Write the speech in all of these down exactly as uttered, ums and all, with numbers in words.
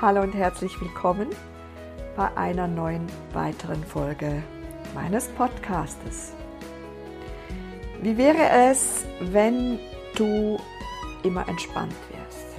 hallo und herzlich willkommen bei einer neuen weiteren Folge meines Podcastes. Wie wäre es, wenn du immer entspannt wärst?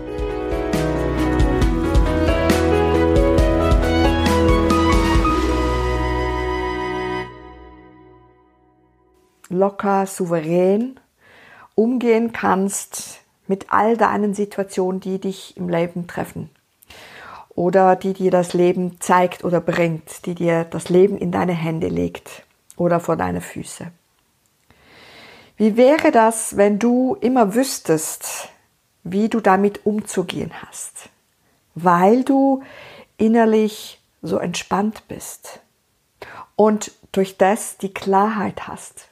Locker, souverän umgehen kannst mit all deinen Situationen, die dich im Leben treffen oder die dir das Leben zeigt oder bringt, die dir das Leben in deine Hände legt oder vor deine Füße. Wie wäre das, wenn du immer wüsstest, wie du damit umzugehen hast, weil du innerlich so entspannt bist und durch das die Klarheit hast?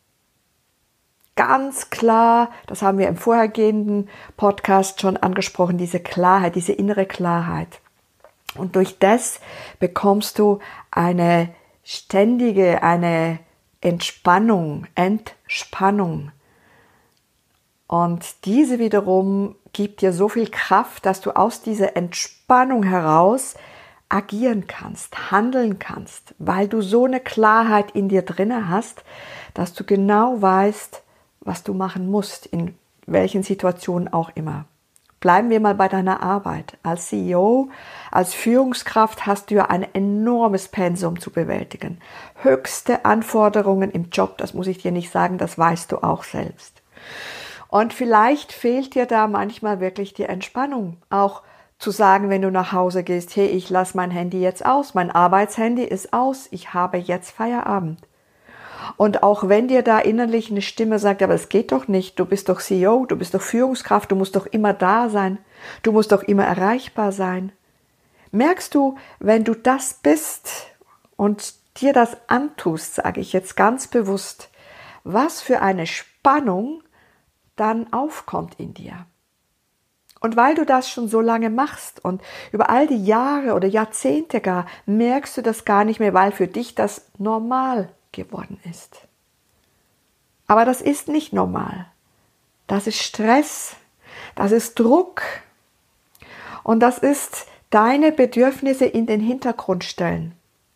Ganz klar, das haben wir im vorhergehenden Podcast schon angesprochen, diese Klarheit, diese innere Klarheit. Und durch das bekommst du eine ständige, eine Entspannung, Entspannung. Und diese wiederum gibt dir so viel Kraft, dass du aus dieser Entspannung heraus agieren kannst, handeln kannst, weil du so eine Klarheit in dir drinne hast, dass du genau weißt, was du machen musst, in welchen Situationen auch immer. Bleiben wir mal bei deiner Arbeit. Als C E O, als Führungskraft hast du ja ein enormes Pensum zu bewältigen. Höchste Anforderungen im Job, das muss ich dir nicht sagen, das weißt du auch selbst. Und vielleicht fehlt dir da manchmal wirklich die Entspannung, auch zu sagen, wenn du nach Hause gehst, hey, ich lasse mein Handy jetzt aus, mein Arbeitshandy ist aus, ich habe jetzt Feierabend. Und auch wenn dir da innerlich eine Stimme sagt, aber es geht doch nicht, du bist doch C E O, du bist doch Führungskraft, du musst doch immer da sein, du musst doch immer erreichbar sein. Merkst du, wenn du das bist und dir das antust, sage ich jetzt ganz bewusst, was für eine Spannung dann aufkommt in dir. Und weil du das schon so lange machst und über all die Jahre oder Jahrzehnte gar, merkst du das gar nicht mehr, weil für dich das normal geworden ist. Aber das ist nicht normal. Das ist Stress, das ist Druck und das ist deine Bedürfnisse in den Hintergrund stellen.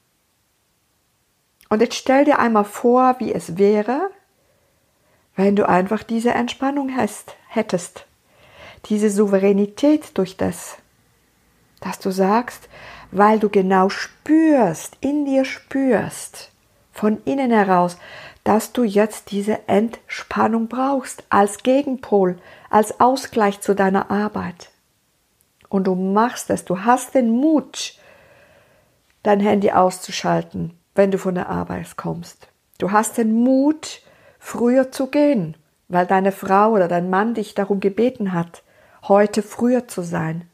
Und jetzt stell dir einmal vor, wie es wäre, wenn du einfach diese Entspannung hast, hättest, diese Souveränität durch das, dass du sagst, weil du genau spürst, in dir spürst, von innen heraus, dass du jetzt diese Entspannung brauchst, als Gegenpol, als Ausgleich zu deiner Arbeit. Und du machst es, du hast den Mut, dein Handy auszuschalten, wenn du von der Arbeit kommst. Du hast den Mut, früher zu gehen, weil deine Frau oder dein Mann dich darum gebeten hat, heute früher zu sein.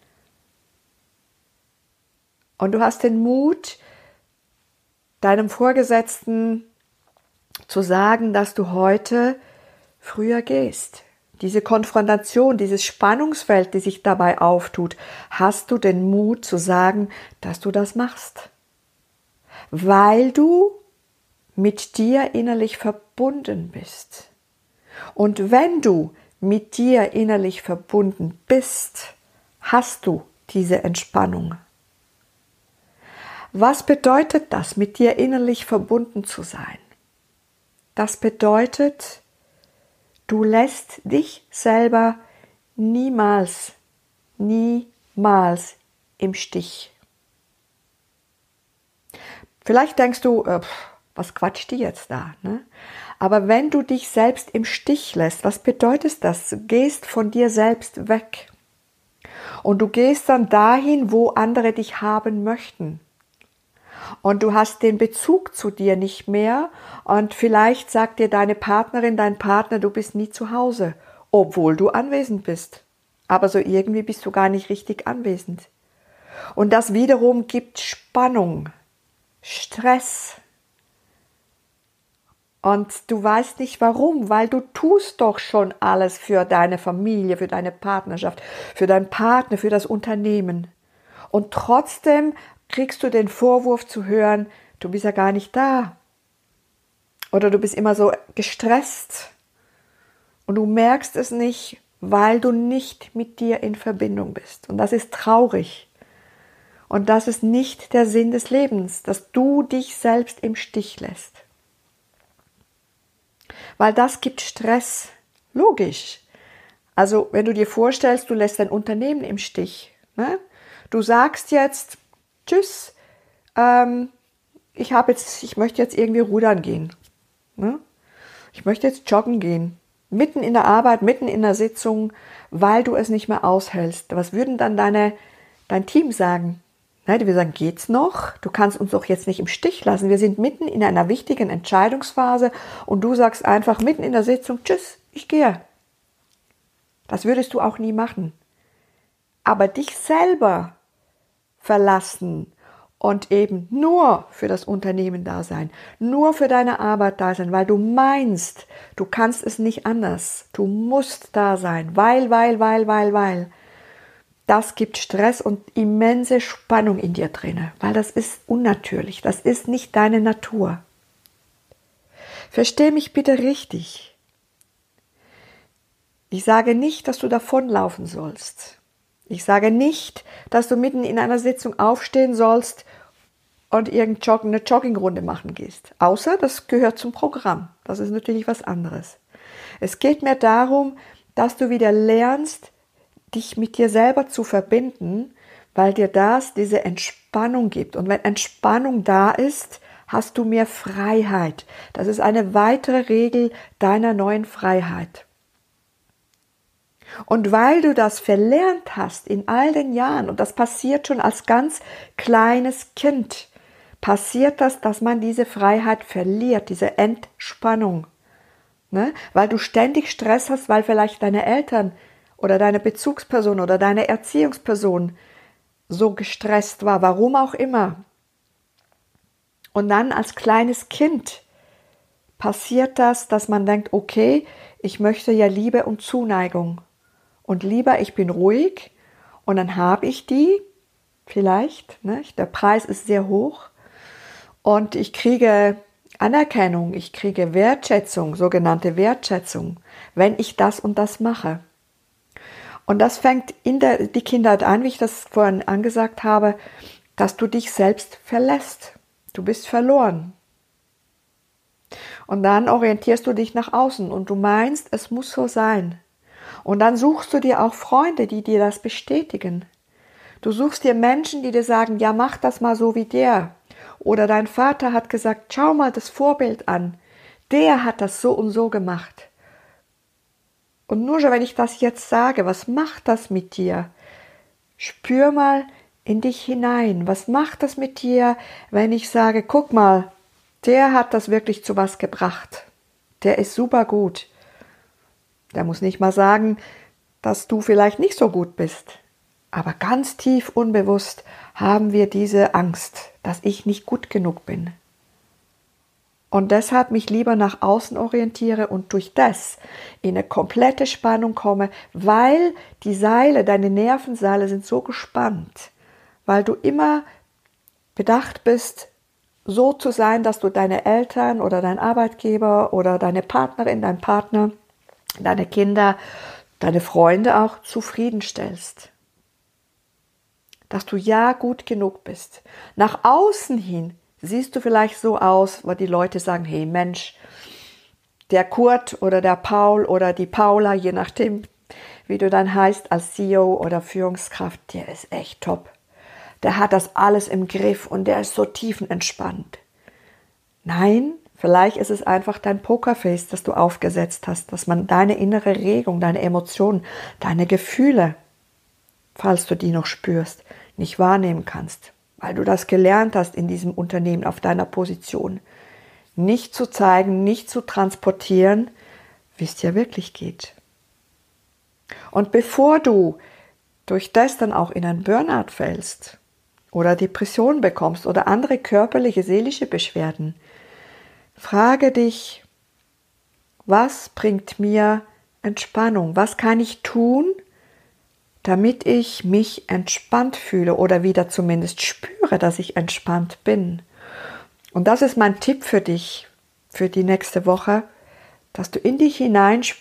Und du hast den Mut, deinem Vorgesetzten zu sagen, dass du heute früher gehst. Diese Konfrontation, dieses Spannungsfeld, das sich dabei auftut, hast du den Mut zu sagen, dass du das machst. Weil du mit dir innerlich verbunden bist. Und wenn du mit dir innerlich verbunden bist, hast du diese Entspannung. Was bedeutet das, mit dir innerlich verbunden zu sein? Das bedeutet, du lässt dich selber niemals, niemals im Stich. Vielleicht denkst du, äh, was quatscht die jetzt da? Ne? Aber wenn du dich selbst im Stich lässt, was bedeutet das? Du gehst von dir selbst weg. Und du gehst dann dahin, wo andere dich haben möchten. Und du hast den Bezug zu dir nicht mehr und vielleicht sagt dir deine Partnerin, dein Partner, du bist nie zu Hause, obwohl du anwesend bist. Aber so irgendwie bist du gar nicht richtig anwesend. Und das wiederum gibt Spannung, Stress. Und du weißt nicht warum, weil du tust doch schon alles für deine Familie, für deine Partnerschaft, für deinen Partner, für das Unternehmen. Und trotzdem kriegst du den Vorwurf zu hören, du bist ja gar nicht da. Oder du bist immer so gestresst. Und du merkst es nicht, weil du nicht mit dir in Verbindung bist. Und das ist traurig. Und das ist nicht der Sinn des Lebens, dass du dich selbst im Stich lässt. Weil das gibt Stress. Logisch. Also wenn du dir vorstellst, du lässt dein Unternehmen im Stich. Ne? Du sagst jetzt, tschüss, ähm, ich, hab jetzt, ich möchte jetzt irgendwie rudern gehen. Ne? Ich möchte jetzt joggen gehen. Mitten in der Arbeit, mitten in der Sitzung, weil du es nicht mehr aushältst. Was würden dann deine, dein Team sagen? Ne, die würden sagen, geht's noch? Du kannst uns doch jetzt nicht im Stich lassen. Wir sind mitten in einer wichtigen Entscheidungsphase und du sagst einfach mitten in der Sitzung, tschüss, ich gehe. Das würdest du auch nie machen. Aber dich selber verlassen und eben nur für das Unternehmen da sein, nur für deine Arbeit da sein, weil du meinst, du kannst es nicht anders. Du musst da sein, weil, weil, weil, weil, weil. Das gibt Stress und immense Spannung in dir drinne, weil das ist unnatürlich, das ist nicht deine Natur. Versteh mich bitte richtig. Ich sage nicht, dass du davonlaufen sollst. Ich sage nicht, dass du mitten in einer Sitzung aufstehen sollst und irgendeine Joggingrunde machen gehst. Außer, das gehört zum Programm. Das ist natürlich was anderes. Es geht mir darum, dass du wieder lernst, dich mit dir selber zu verbinden, weil dir das diese Entspannung gibt. Und wenn Entspannung da ist, hast du mehr Freiheit. Das ist eine weitere Regel deiner neuen Freiheit. Und weil du das verlernt hast in all den Jahren, und das passiert schon als ganz kleines Kind, passiert das, dass man diese Freiheit verliert, diese Entspannung. Ne? Weil du ständig Stress hast, weil vielleicht deine Eltern oder deine Bezugsperson oder deine Erziehungsperson so gestresst war, warum auch immer. Und dann als kleines Kind passiert das, dass man denkt, okay, ich möchte ja Liebe und Zuneigung. Und lieber, ich bin ruhig und dann habe ich die, vielleicht, ne? Der Preis ist sehr hoch und ich kriege Anerkennung, ich kriege Wertschätzung, sogenannte Wertschätzung, wenn ich das und das mache. Und das fängt in der die Kindheit an, wie ich das vorhin angesagt habe, dass du dich selbst verlässt. Du bist verloren. Und dann orientierst du dich nach außen und du meinst, es muss so sein. Und dann suchst du dir auch Freunde, die dir das bestätigen. Du suchst dir Menschen, die dir sagen, ja, mach das mal so wie der. Oder dein Vater hat gesagt, schau mal das Vorbild an. Der hat das so und so gemacht. Und nur schon, wenn ich das jetzt sage, was macht das mit dir? Spür mal in dich hinein. Was macht das mit dir, wenn ich sage, guck mal, der hat das wirklich zu was gebracht. Der ist super gut. Der muss nicht mal sagen, dass du vielleicht nicht so gut bist. Aber ganz tief unbewusst haben wir diese Angst, dass ich nicht gut genug bin. Und deshalb mich lieber nach außen orientiere und durch das in eine komplette Spannung komme, weil die Seile, deine Nervenseile sind so gespannt, weil du immer bedacht bist, so zu sein, dass du deine Eltern oder dein Arbeitgeber oder deine Partnerin, dein Partner, deine Kinder, deine Freunde auch zufriedenstellst. Dass du ja gut genug bist. Nach außen hin siehst du vielleicht so aus, wo die Leute sagen, hey Mensch, der Kurt oder der Paul oder die Paula, je nachdem, wie du dann heißt als C E O oder Führungskraft, der ist echt top. Der hat das alles im Griff und der ist so tiefenentspannt. Nein, vielleicht ist es einfach dein Pokerface, das du aufgesetzt hast, dass man deine innere Regung, deine Emotionen, deine Gefühle, falls du die noch spürst, nicht wahrnehmen kannst. Weil du das gelernt hast in diesem Unternehmen auf deiner Position. Nicht zu zeigen, nicht zu transportieren, wie es dir wirklich geht. Und bevor du durch das dann auch in ein Burnout fällst oder Depressionen bekommst oder andere körperliche, seelische Beschwerden, frage dich, was bringt mir Entspannung? Was kann ich tun, damit ich mich entspannt fühle oder wieder zumindest spüre, dass ich entspannt bin. Und das ist mein Tipp für dich, für die nächste Woche, dass du in dich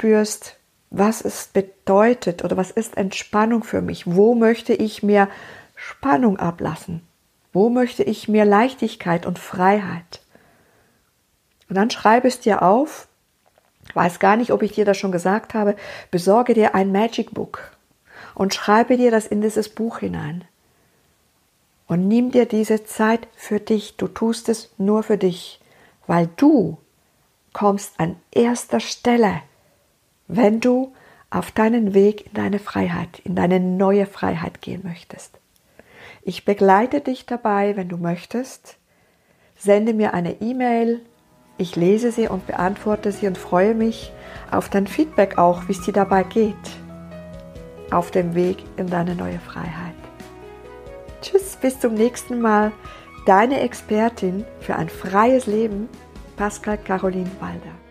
hineinspürst, was es bedeutet oder was ist Entspannung für mich, wo möchte ich mir Spannung ablassen? Wo möchte ich mehr Leichtigkeit und Freiheit? Und dann schreibe es dir auf. Ich weiß gar nicht, ob ich dir das schon gesagt habe. Besorge dir ein Magic Book und schreibe dir das in dieses Buch hinein. Und nimm dir diese Zeit für dich. Du tust es nur für dich, weil du kommst an erster Stelle, wenn du auf deinen Weg in deine Freiheit, in deine neue Freiheit gehen möchtest. Ich begleite dich dabei, wenn du möchtest. Sende mir eine E-Mail. Ich lese sie und beantworte sie und freue mich auf dein Feedback auch, wie es dir dabei geht, auf dem Weg in deine neue Freiheit. Tschüss, bis zum nächsten Mal. Deine Expertin für ein freies Leben, Pascal Caroline Walder.